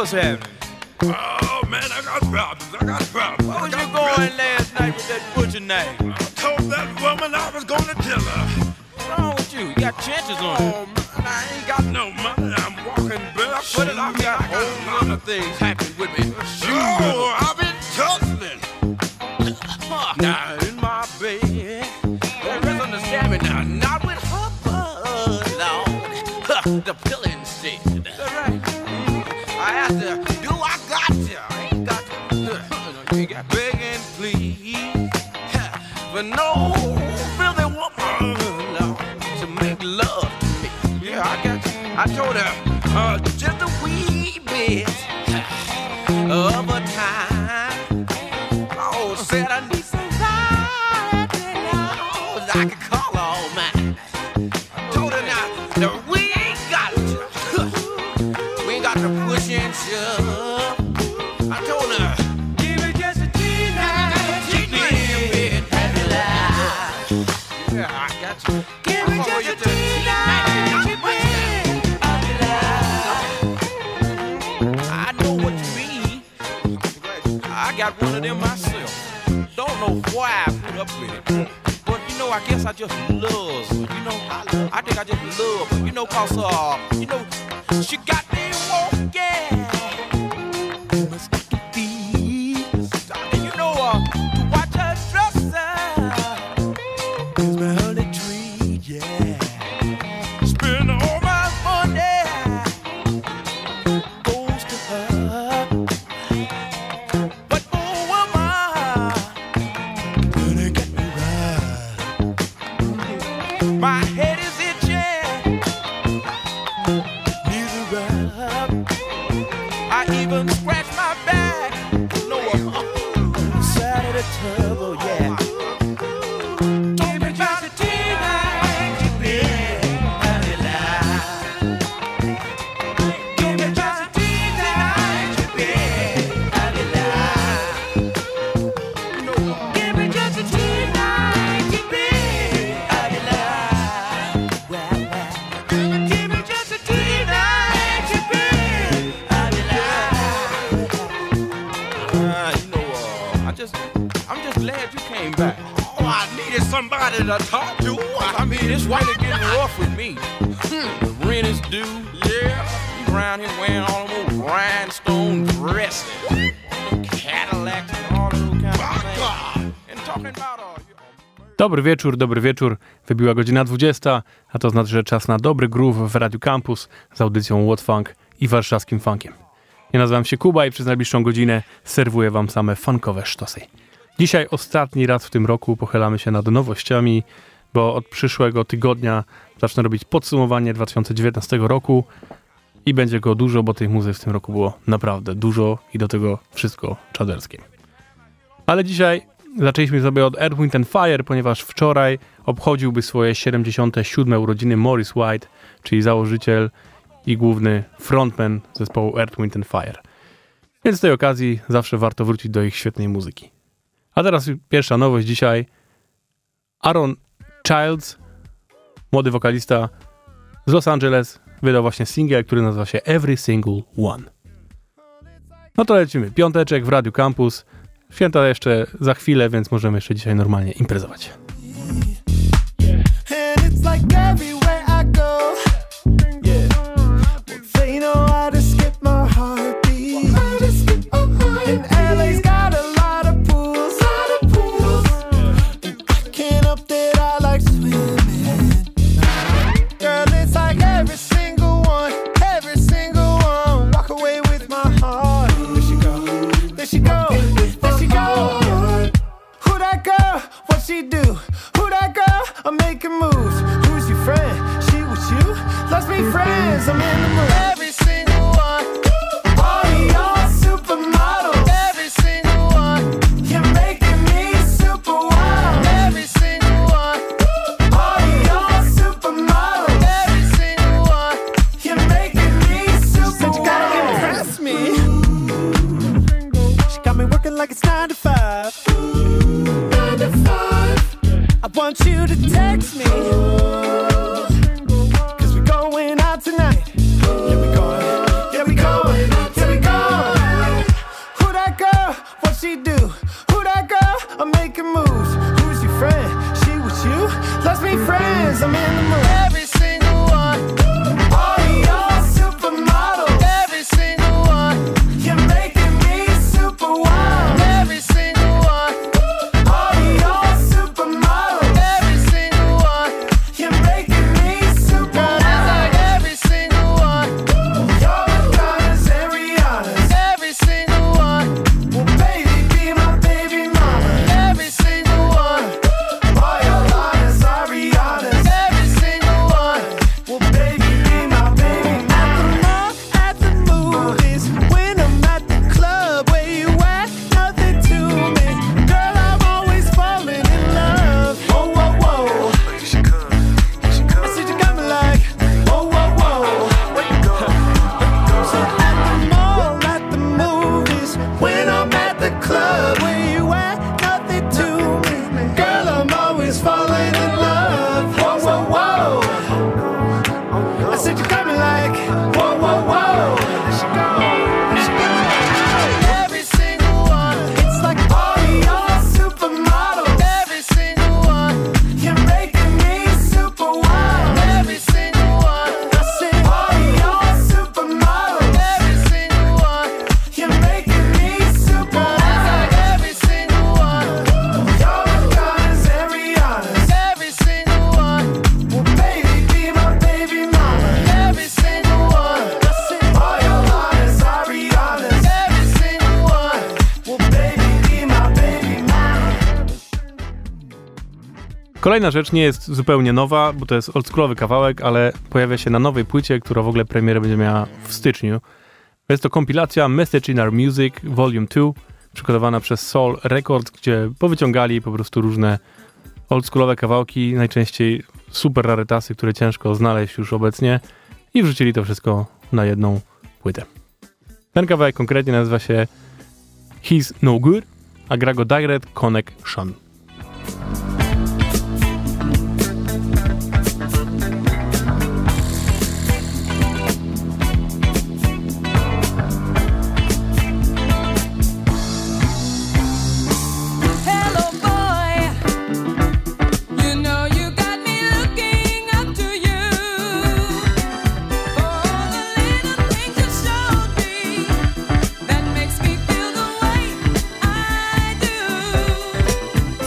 what's happening? Oh, man, I got problems. Where was you going last night with that butcher name? I told that woman I was going to kill her. What's wrong with you? You got chances on you. Oh, man, I ain't got no money. I'm walking barefoot. I got a whole lot of things happening with me. Oh, I've been tussling. Now in my bed. Don't misunderstand me now. Not with her blood, Lord. The pill instead. That's right. I have to do I got to. I ain't got to. You got beg and plead. But no filthy woman, Lord, to make love to me. Yeah, I got you. I told her just a wee bit of a time. Oh, said I need somebody else I can call all mine. I told her now we ain't got to push and shove. I told her, give me just a T-night, happy life. Yeah, I got you. Give me just a T-night, happy life. I know what you mean. I got one of them myself. Don't know why I put up with it. But you know, I guess I just love her. You know, I think I just love her. You know, cause you know, she got me walking. And you know, to watch her dress is my only treat, yeah. Spend all my money goes to her. But for woman, gonna get me right. My head is itching. Need a rub. I even scratch my back. No, side of the turbo, yeah. Give me just a T-night, happy life. Give me just a T-night, happy life. No, give me just a T-night, happy life. Give me just a T-night, happy life. You know, I'm just glad you came back. Oh, I needed somebody to talk to. I mean, this weather getting rough with me. The rent is due. Yeah. You around here wearing all them old rhinestone dresses, Cadillacs and all those kind of things. And talking about Dobry wieczór. Wybiła godzina 20, a to znaczy, że czas na dobry groove w Radiu Campus z audycją What Funk i warszawskim funkiem. Ja nazywam się Kuba i przez najbliższą godzinę serwuję wam same funkowe sztosy. Dzisiaj ostatni raz w tym roku pochylamy się nad nowościami, bo od przyszłego tygodnia zacznę robić podsumowanie 2019 roku i będzie go dużo, bo tej muzyki w tym roku było naprawdę dużo i do tego wszystko czaderskie. Ale dzisiaj zaczęliśmy sobie od Earth, Wind & Fire, ponieważ wczoraj obchodziłby swoje 77. urodziny Maurice White, czyli założyciel i główny frontman zespołu Earth, Wind & Fire. Więc z tej okazji zawsze warto wrócić do ich świetnej muzyki. A teraz pierwsza nowość dzisiaj. Aaron Childs, młody wokalista z Los Angeles, wydał właśnie singiel, który nazywa się Every Single One. No to lecimy. Piąteczek w Radiu Campus. Święta jeszcze za chwilę, więc możemy jeszcze dzisiaj normalnie imprezować. She do? Who that girl? I'm making moves. Who's your friend? She with you? Let's be friends. I'm in the mood. Every single one. All your supermodels. Every single one. You're making me super wild. Every single one. All your supermodels. Every single one. You're making me super wild. You gotta impress me. She got me working like it's 9 to 5. 9 to 5. I want you to text me, 'cause we're going out tonight. Yeah, we going, yeah, we going, yeah, we going. let's be friends. I'm in the mood. Every single one, all of y'all supermodels. Every single one, you're making me super wild. Every single one, all of y'all supermodels. Every single one, you're making me super wild. It's like every single one, you're Madonnas and Rihannas. Every single one, well baby, be my baby mama. Every single one, all your Lanas are Rihannas. Every single one, well baby, be my baby mama. At the mall, at the movies, when I'm at the club, where you at? Nothing to me, girl. I'm always falling in love. Oh whoa whoa, You should come. You should come. I see you got me like whoa whoa whoa. Where you go? So at the mall, at the movies, when I'm at the club, where you at? Nothing to me, girl. I'm always falling in love. Whoa whoa whoa. I said you got me like whoa whoa whoa. Every single one, it's like all of y'all supermodels. Every single one, you're making me super wild. Every single one, I said all of y'all supermodels. Every single one, you're making me super wild. It's like every single one, y'all Madonnas and Rihannas. Every single one, well baby, be my baby mama. Every single one, I said all your Lanas are Rihannas. Every single one, well baby, be my baby mama. Kolejna rzecz nie jest zupełnie nowa, bo to jest oldschoolowy kawałek, ale pojawia się na nowej płycie, która w ogóle premierę będzie miała w styczniu. Jest to kompilacja Message in Our Music Volume 2, przygotowana przez Soul Records, gdzie powyciągali po prostu różne oldschoolowe kawałki, najczęściej super rarytasy, które ciężko znaleźć już obecnie i wrzucili to wszystko na jedną płytę. Ten kawałek konkretnie nazywa się He's No Good, a gra go Direct Connection. Hello, boy. You know you got me looking up to you for all the little things you showed me that makes me feel the way I do.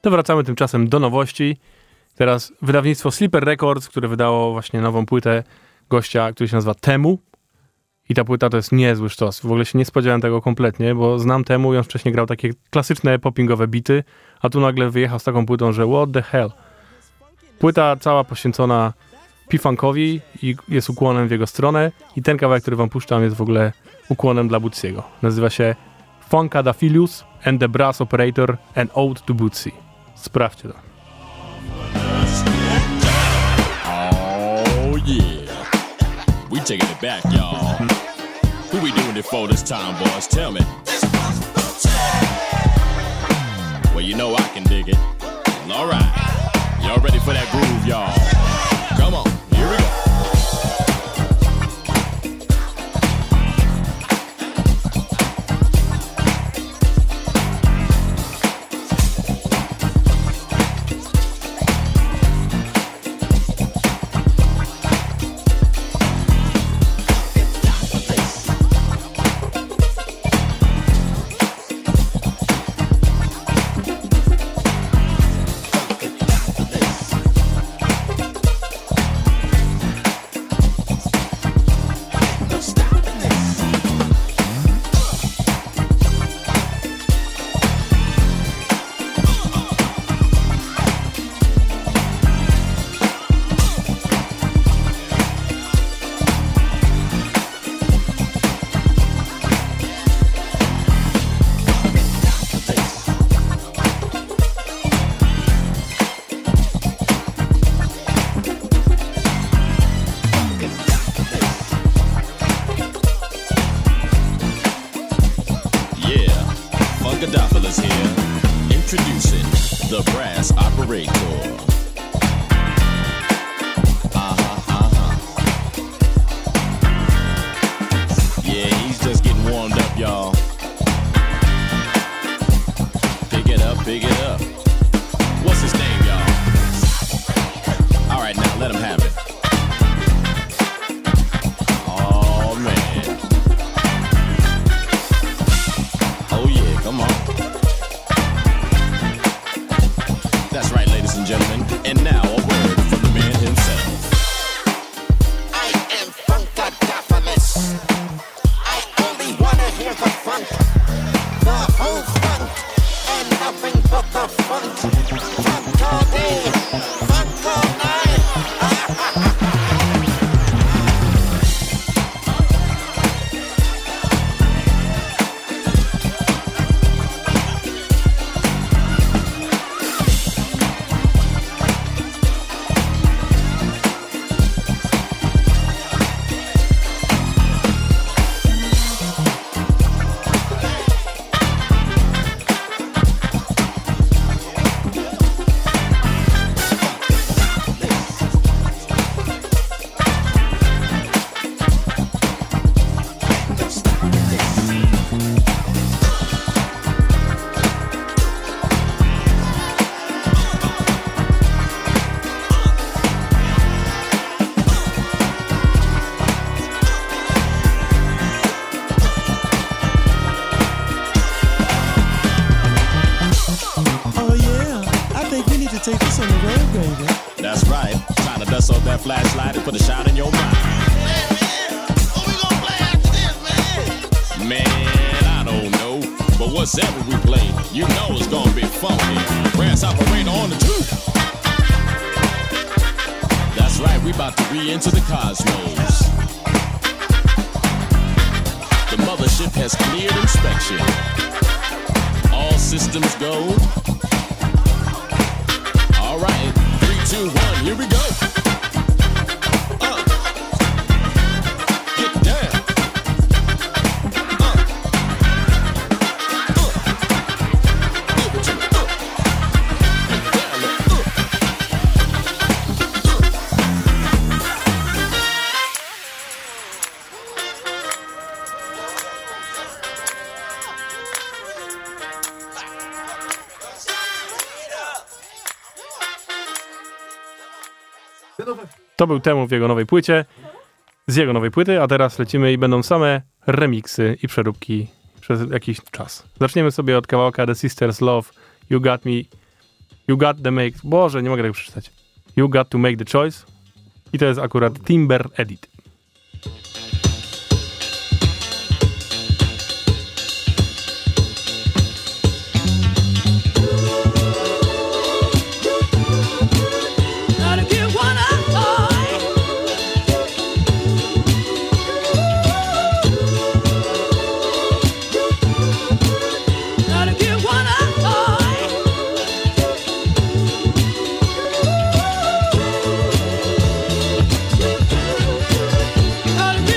To wracamy tymczasem do nowości. Teraz wydawnictwo Sleeper Records, które wydało właśnie nową płytę gościa, który się nazywa Temu. I ta płyta to jest niezły sztos. W ogóle się nie spodziewałem tego kompletnie, bo znam Temu i on wcześniej grał takie klasyczne poppingowe bity, a tu nagle wyjechał z taką płytą, że what the hell. Płyta cała poświęcona P-Funkowi i jest ukłonem w jego stronę i ten kawałek, który wam puszczam, jest w ogóle ukłonem dla Bootsiego. Nazywa się Funkadafilius and the Brass Operator and Ode to Bootsy. Sprawdźcie to. Oh yeah, we taking it back, y'all. Who we doing it for this time, boys? Tell me. Well, you know I can dig it. All right, y'all ready for that groove, y'all? Come on, here we go. Funkadopoulos here, introducing the Brass Operator. Yeah, he's just getting warmed up, y'all. Pick it up, pick it up. What's his name, y'all? All right, now let him have it. Oh, man. Oh, yeah, come on. That's right, ladies and gentlemen. And now a word from the man himself. I am Funkadopoulos. I only wanna hear the funk, the whole funk, and nothing but the funk. Funk all day, funk all night. Oh yeah, I think we need to take this on the road, baby. That's right. Time to dust off that flashlight and put a shot in your mind. Man, I don't know. But whatever we play, you know it's gonna be funky. Brass Operator on the tube. That's right, we about to re-enter the cosmos. The mothership has cleared inspection. All systems go. All right, 3, 2, 1, here we go. Get down. Give it to me. Get down there. To był Temu w jego nowej płycie, z jego nowej płyty, a teraz lecimy i będą same remiksy i przeróbki przez jakiś czas. Zaczniemy sobie od kawałka The Sisters Love You Got Me You got to make... Boże, nie mogę tego przeczytać. You got to make the choice. I to jest akurat Timber Edit. Gotta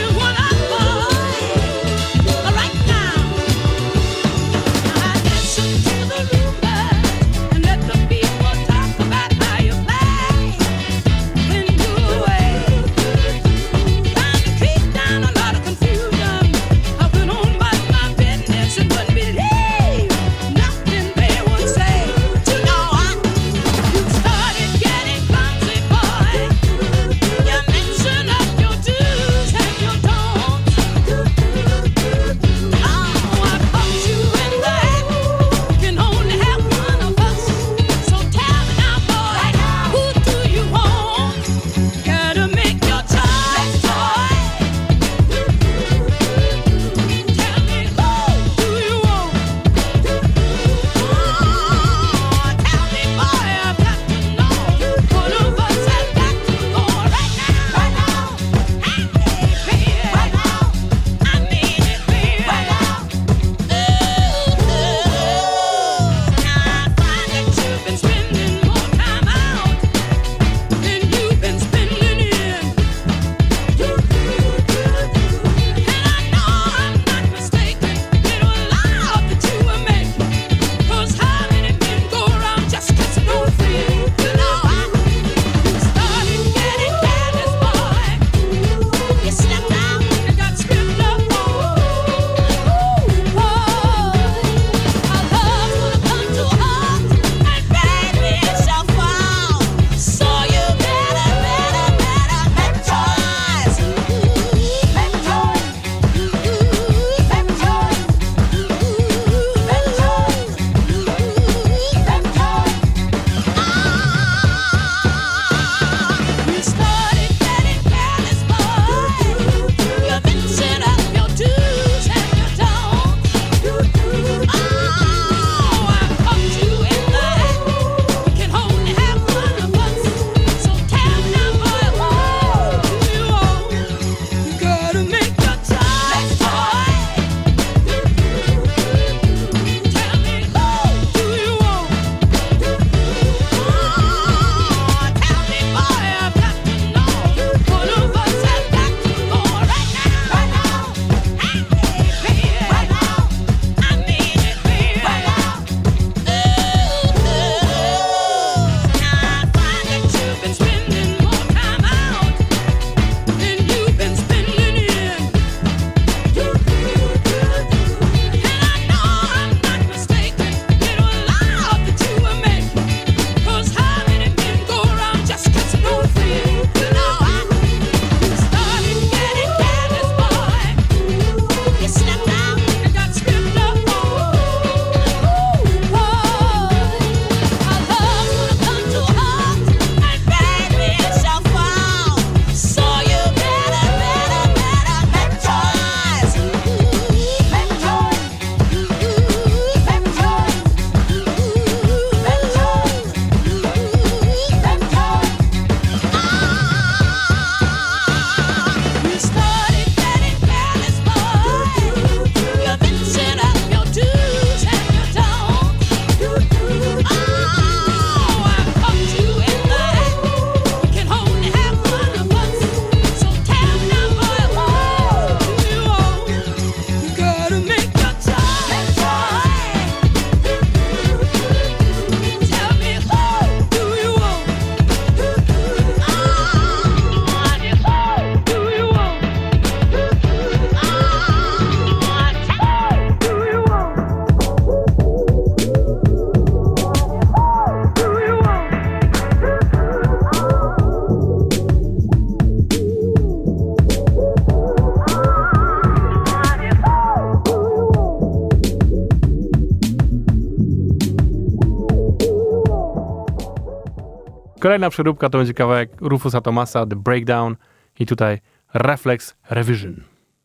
Kolejna przeróbka to będzie kawałek Rufusa Thomasa, The Breakdown i tutaj Reflex Revision.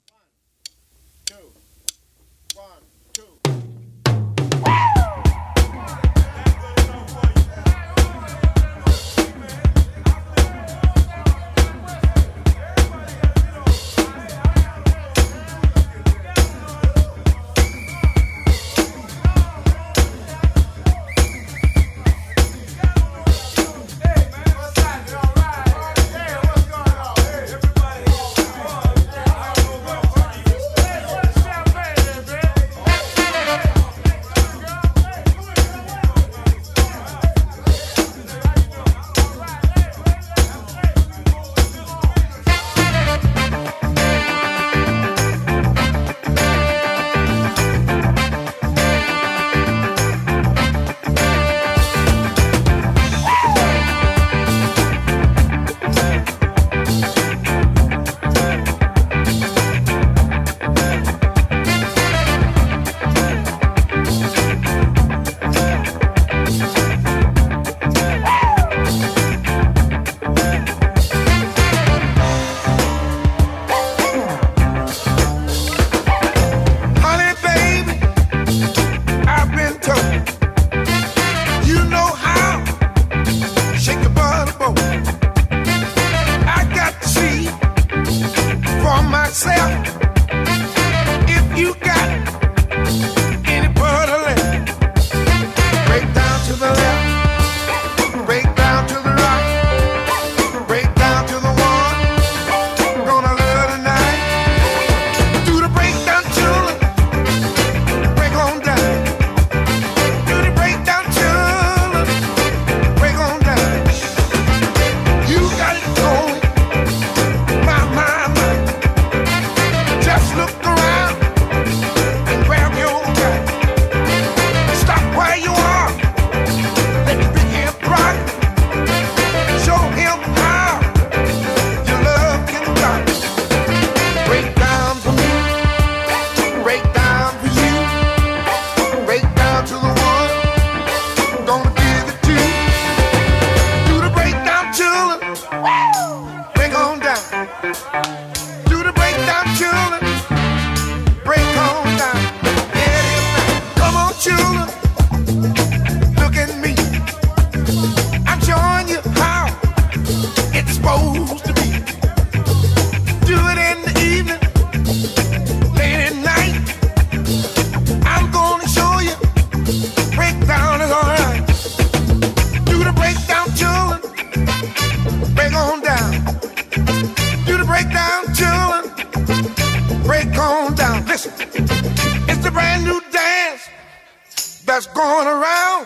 That's going around.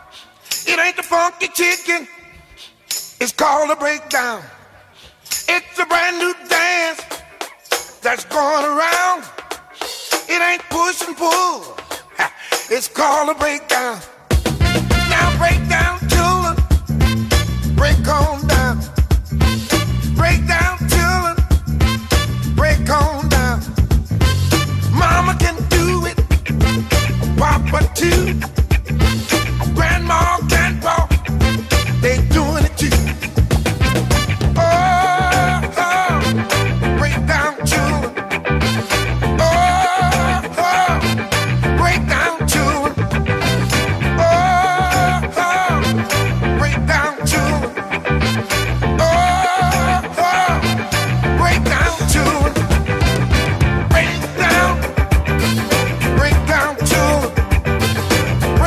It ain't the funky chicken. It's called a breakdown. It's a brand new dance that's going around. It ain't push and pull. It's called a breakdown. Now break down, children. Break on down. Break down, children. Break on down. Mama can do it. Papa too. Grandma, grandpa, they doing it too. Oh, oh, break down, children. Oh, oh, break down, children. Oh, oh, break down, children. Oh, oh, break down, children. Break down, children.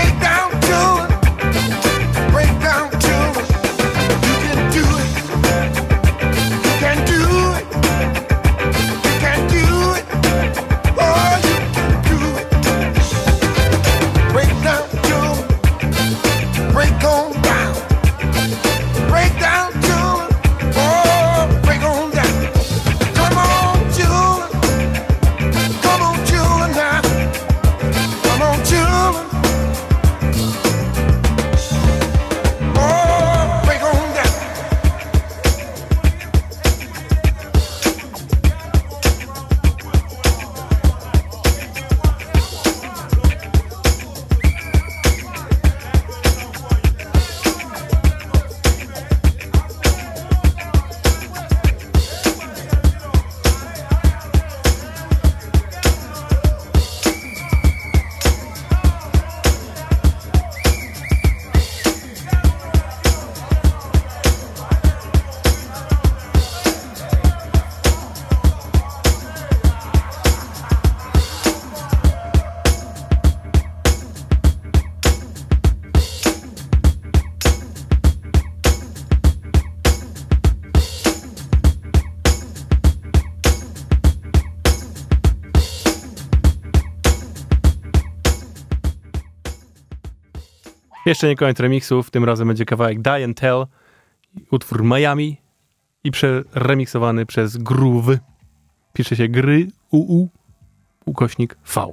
Jeszcze nie koniec remiksów, tym razem będzie kawałek Die and Tell, utwór Miami i przeremiksowany przez Groove. Pisze się gry UU /V.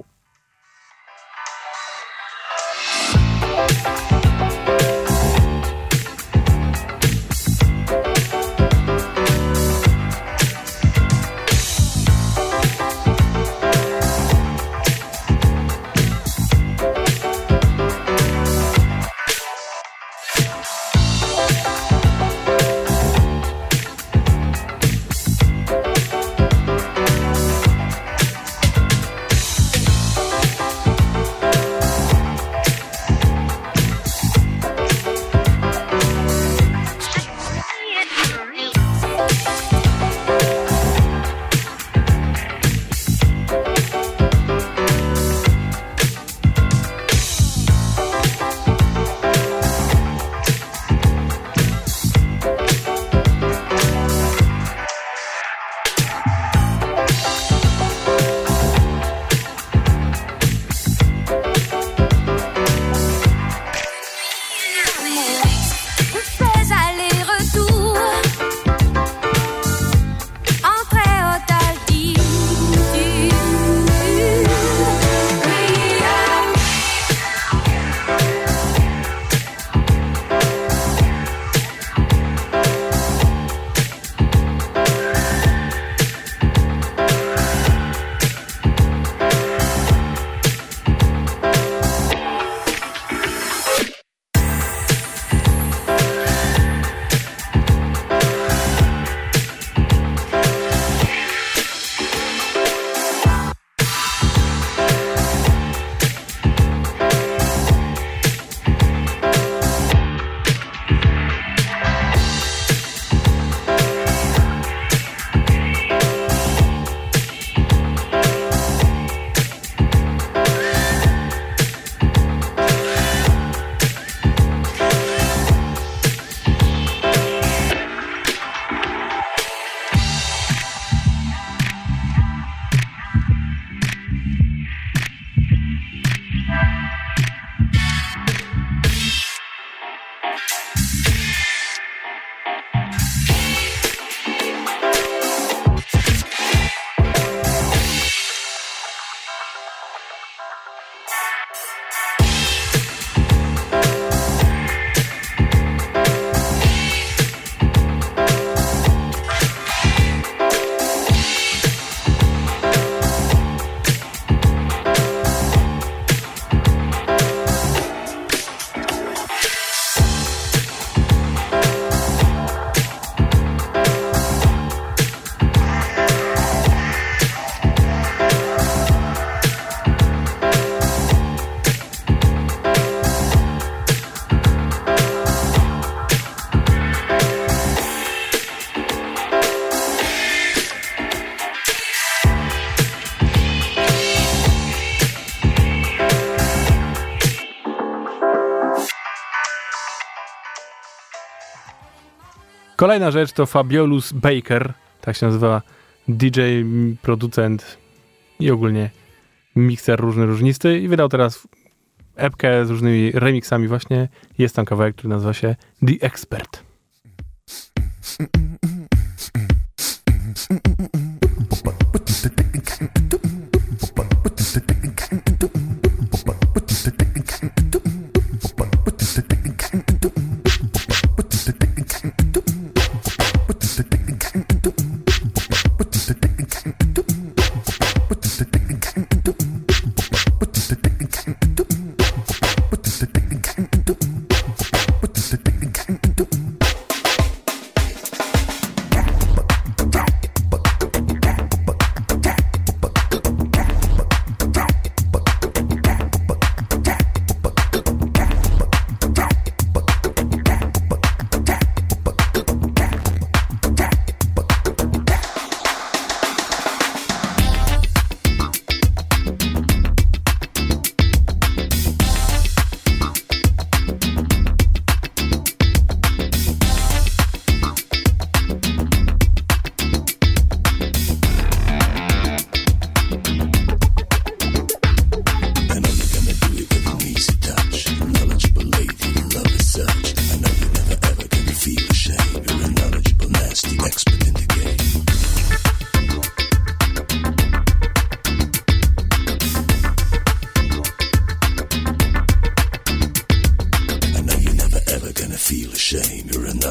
Kolejna rzecz to Fabulous Baker, tak się nazywa DJ, producent i ogólnie mikser różnisty i wydał teraz epkę z różnymi remixami właśnie. Jest tam kawałek, który nazywa się The Expert.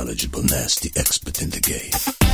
knowledgeable, nasty expert in the game.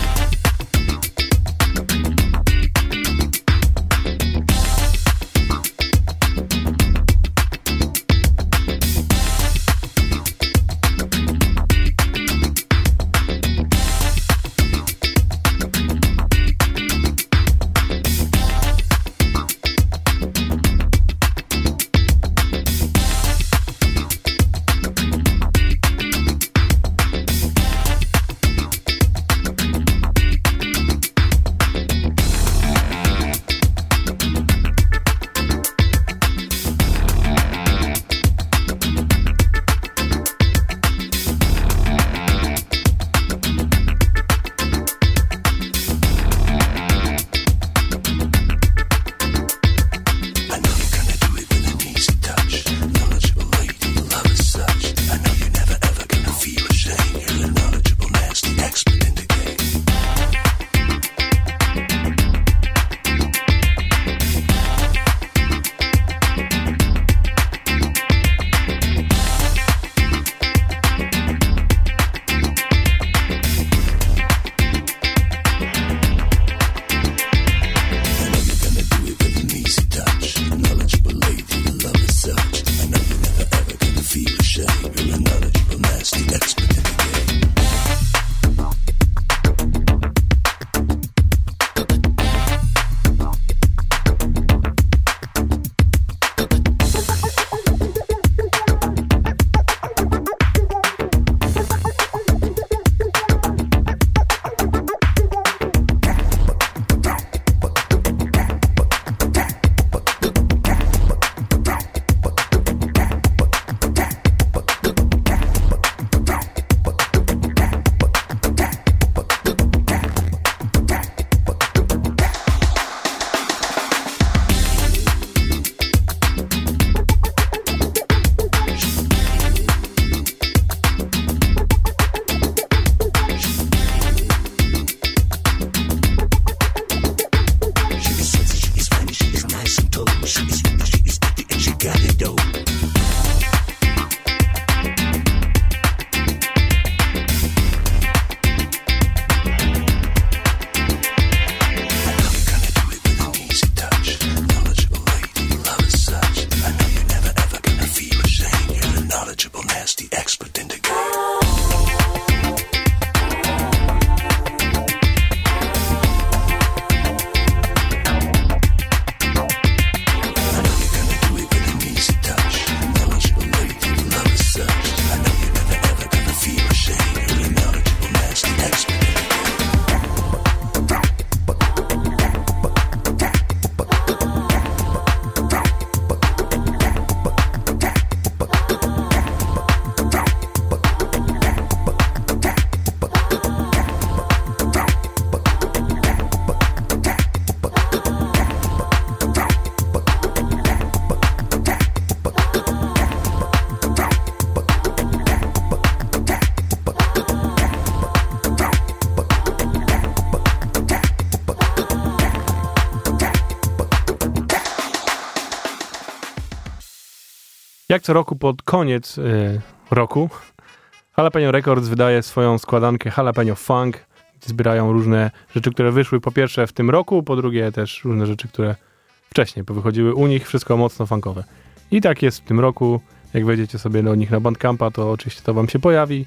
Jak co roku pod koniec roku Jalapeno Records wydaje swoją składankę Jalapeno Funk, gdzie zbierają różne rzeczy, które wyszły po pierwsze w tym roku, po drugie też różne rzeczy, które wcześniej powychodziły u nich, wszystko mocno funkowe. I tak jest w tym roku, jak wejdziecie sobie do nich na Bandcampa, to oczywiście to wam się pojawi.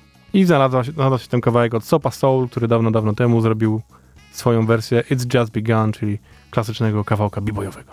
I znalazł się ten kawałek od Sopa Soul, który dawno temu zrobił swoją wersję It's Just Begun, czyli klasycznego kawałka b-boyowego.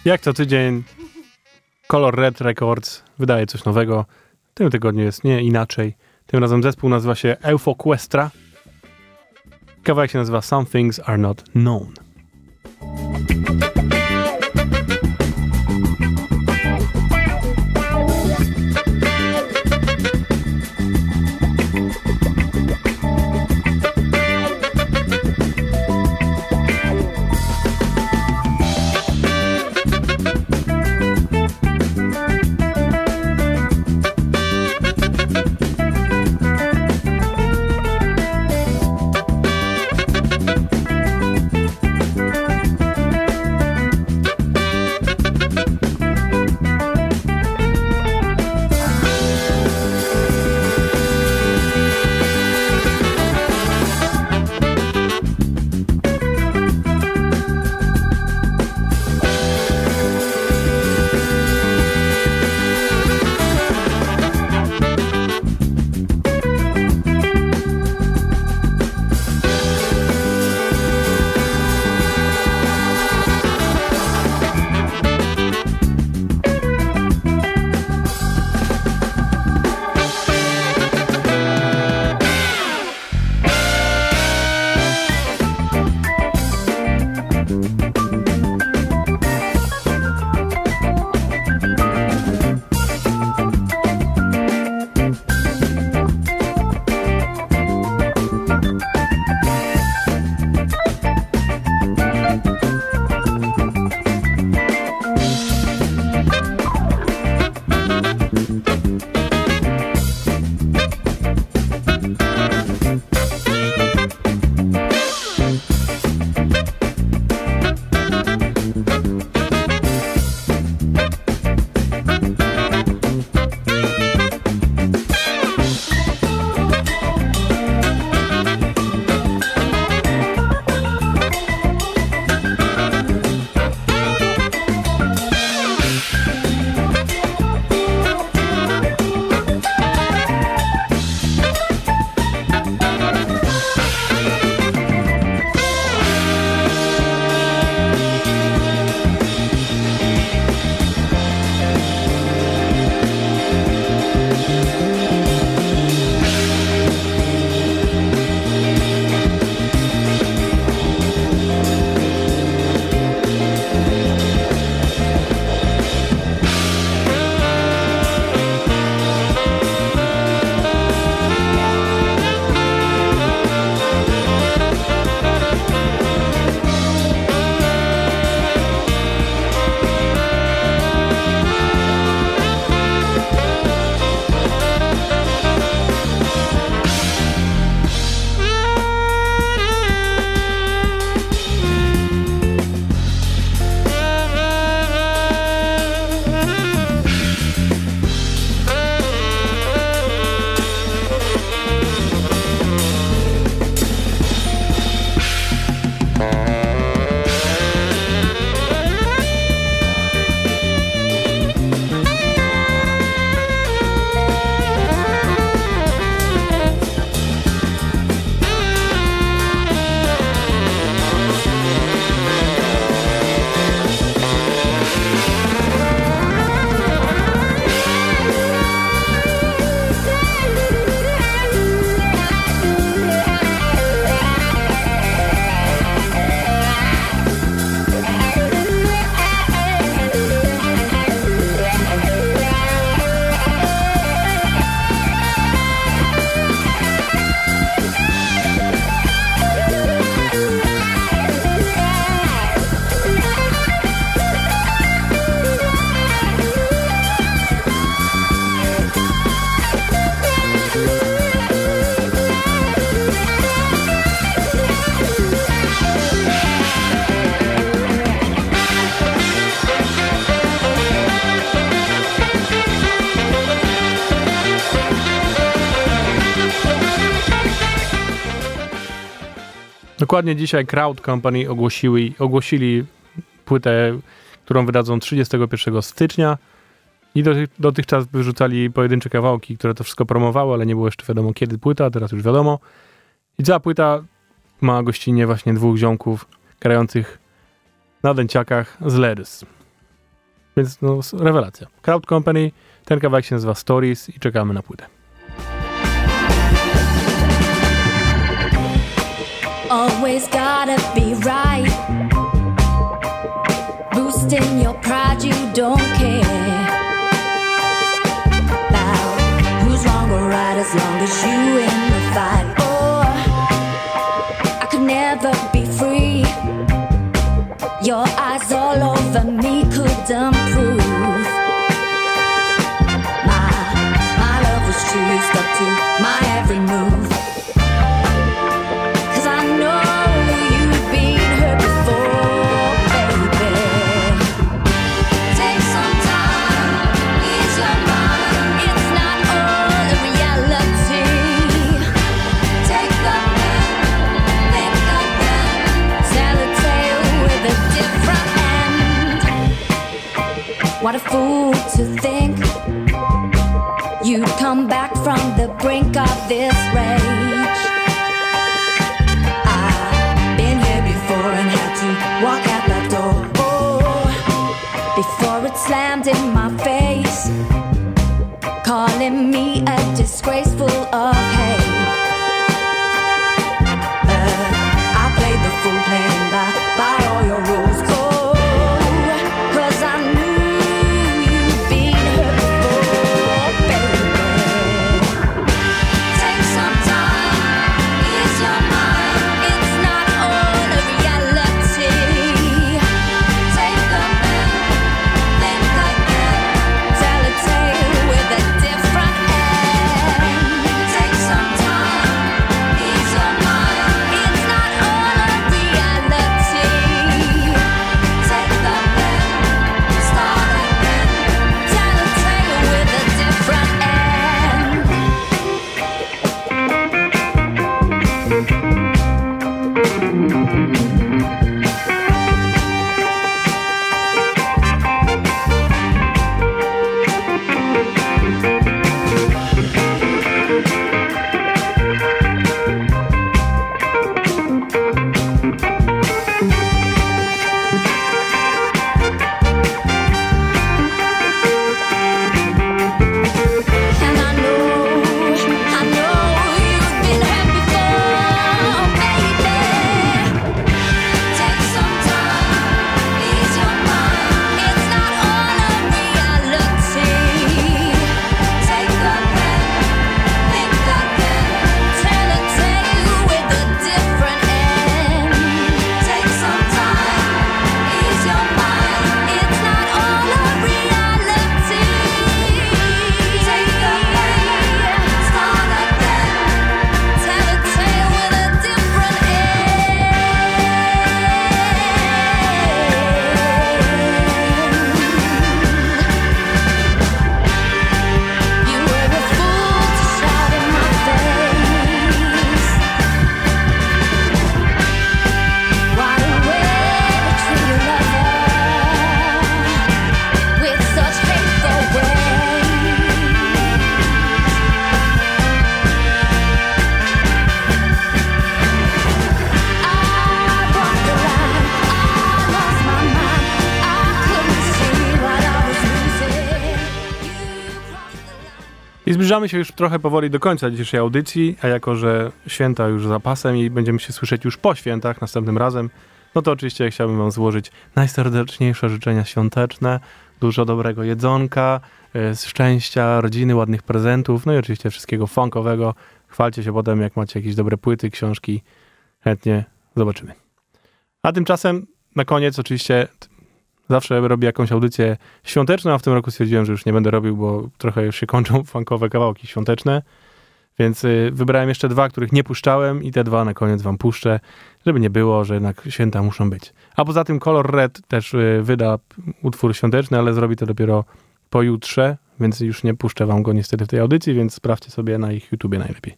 Jak co tydzień Color Red Records wydaje coś nowego. W tym tygodniu jest nie inaczej. Tym razem zespół nazywa się Euphoquestra. Kawałek się nazywa Some Things Are Not Known. Dokładnie dzisiaj Crowd Company ogłosili płytę, którą wydadzą 31 stycznia i dotychczas wyrzucali pojedyncze kawałki, które to wszystko promowały, ale nie było jeszcze wiadomo kiedy płyta, teraz już wiadomo. I cała płyta ma gościnnie właśnie dwóch ziomków grających na dęciakach z Ledys. Więc no, rewelacja. Crowd Company, ten kawałek się nazywa Stories i czekamy na płytę. Always gotta be right. Boosting your pride, you don't care about who's wrong or right as long as you in the fight. Oh, I could never be free. Your eyes all over me couldn't prove my love was true. Stuck to my every move. What a fool to think you'd come back from the brink of this rage. I've been here before and had to walk out that door. Oh, before it slammed in my face, calling me a disgrace full of hate. I played the fool playing by all your rules. I zbliżamy się już trochę powoli do końca dzisiejszej audycji, a jako że święta już za pasem i będziemy się słyszeć już po świętach następnym razem, no to oczywiście chciałbym wam złożyć najserdeczniejsze życzenia świąteczne, dużo dobrego jedzonka, szczęścia, rodziny, ładnych prezentów, no i oczywiście wszystkiego funkowego. Chwalcie się potem, jak macie jakieś dobre płyty, książki, chętnie zobaczymy. A tymczasem na koniec oczywiście zawsze robię jakąś audycję świąteczną, a w tym roku stwierdziłem, że już nie będę robił, bo trochę już się kończą funkowe kawałki świąteczne, więc wybrałem jeszcze dwa, których nie puszczałem i te dwa na koniec wam puszczę, żeby nie było, że jednak święta muszą być. A poza tym Color Red też wyda utwór świąteczny, ale zrobi to dopiero pojutrze, więc już nie puszczę wam go niestety w tej audycji, więc sprawdźcie sobie na ich YouTubie najlepiej.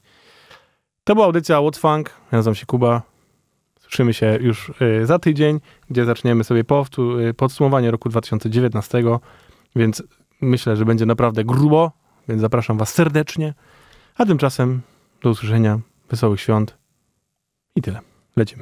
To była audycja What's Funk, ja nazywam się Kuba. Słyszymy się już za tydzień, gdzie zaczniemy sobie podsumowanie roku 2019, więc myślę, że będzie naprawdę grubo, więc zapraszam was serdecznie. A tymczasem do usłyszenia, wesołych świąt i tyle. Lecimy.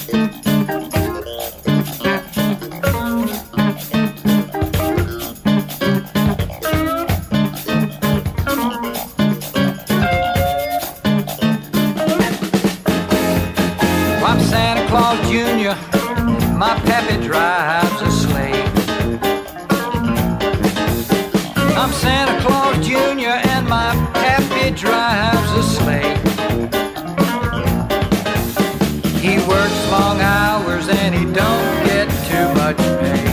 I'm Santa Claus Jr., my pappy drives a sleigh. I'm Santa Claus Jr. and my pappy drives a sleigh. He works long hours and he don't get too much pay.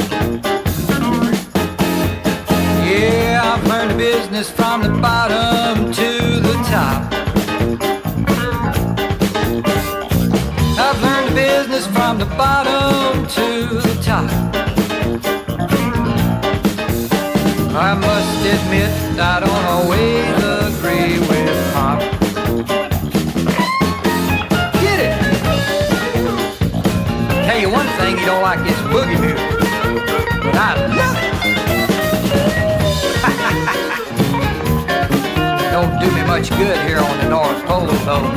Yeah, I've learned business from the bottom to the top. I've learned business from the bottom to the top. I must admit I don't always agree with Pop. Get it? Tell you one thing, you don't like this boogie music, but I love it. Don't do me much good here on the North Pole, though.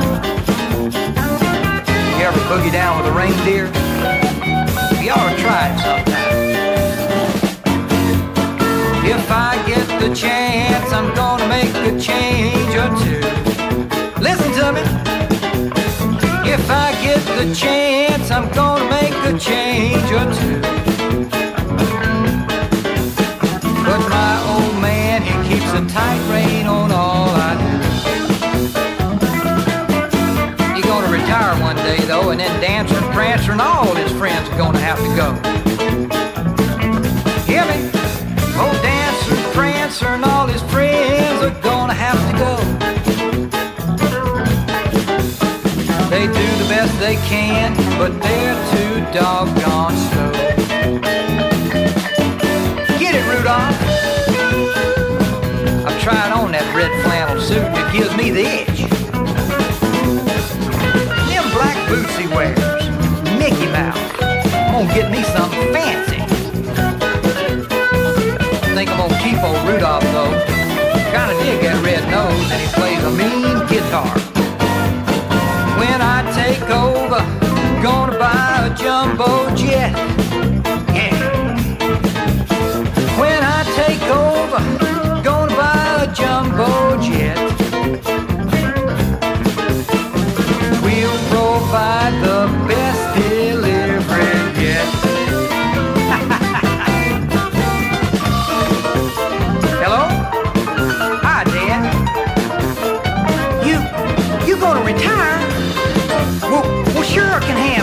You ever boogie down with a reindeer? You ought to try it sometime. If I get the chance, I'm gonna make a change or two. Listen to me. If I get the chance, I'm gonna make a change or two. But my old man, he keeps a tight rein on all I do. He's gonna retire one day though, and then Dancer and Prancer and all his friends are gonna have to go. Hear me? Oh, Dancer and Prancer and all his friends are gonna have to go. They do the best they can, but they're too doggone slow. Get it, Rudolph? I've tried on that red flannel suit and it gives me the itch. Them black boots he wears, Mickey Mouse. I'm gonna get me something fancy. Think I'm gonna keep old Rudolph though. Kinda dig that red nose and he plays a mean guitar. When I take over, gonna buy a jumbo jet. Yeah. When I take over, gonna buy a jumbo jet. We'll provide the best delivery yet. Hello? Hi, Dad. You gonna retire? Well, sure I can handle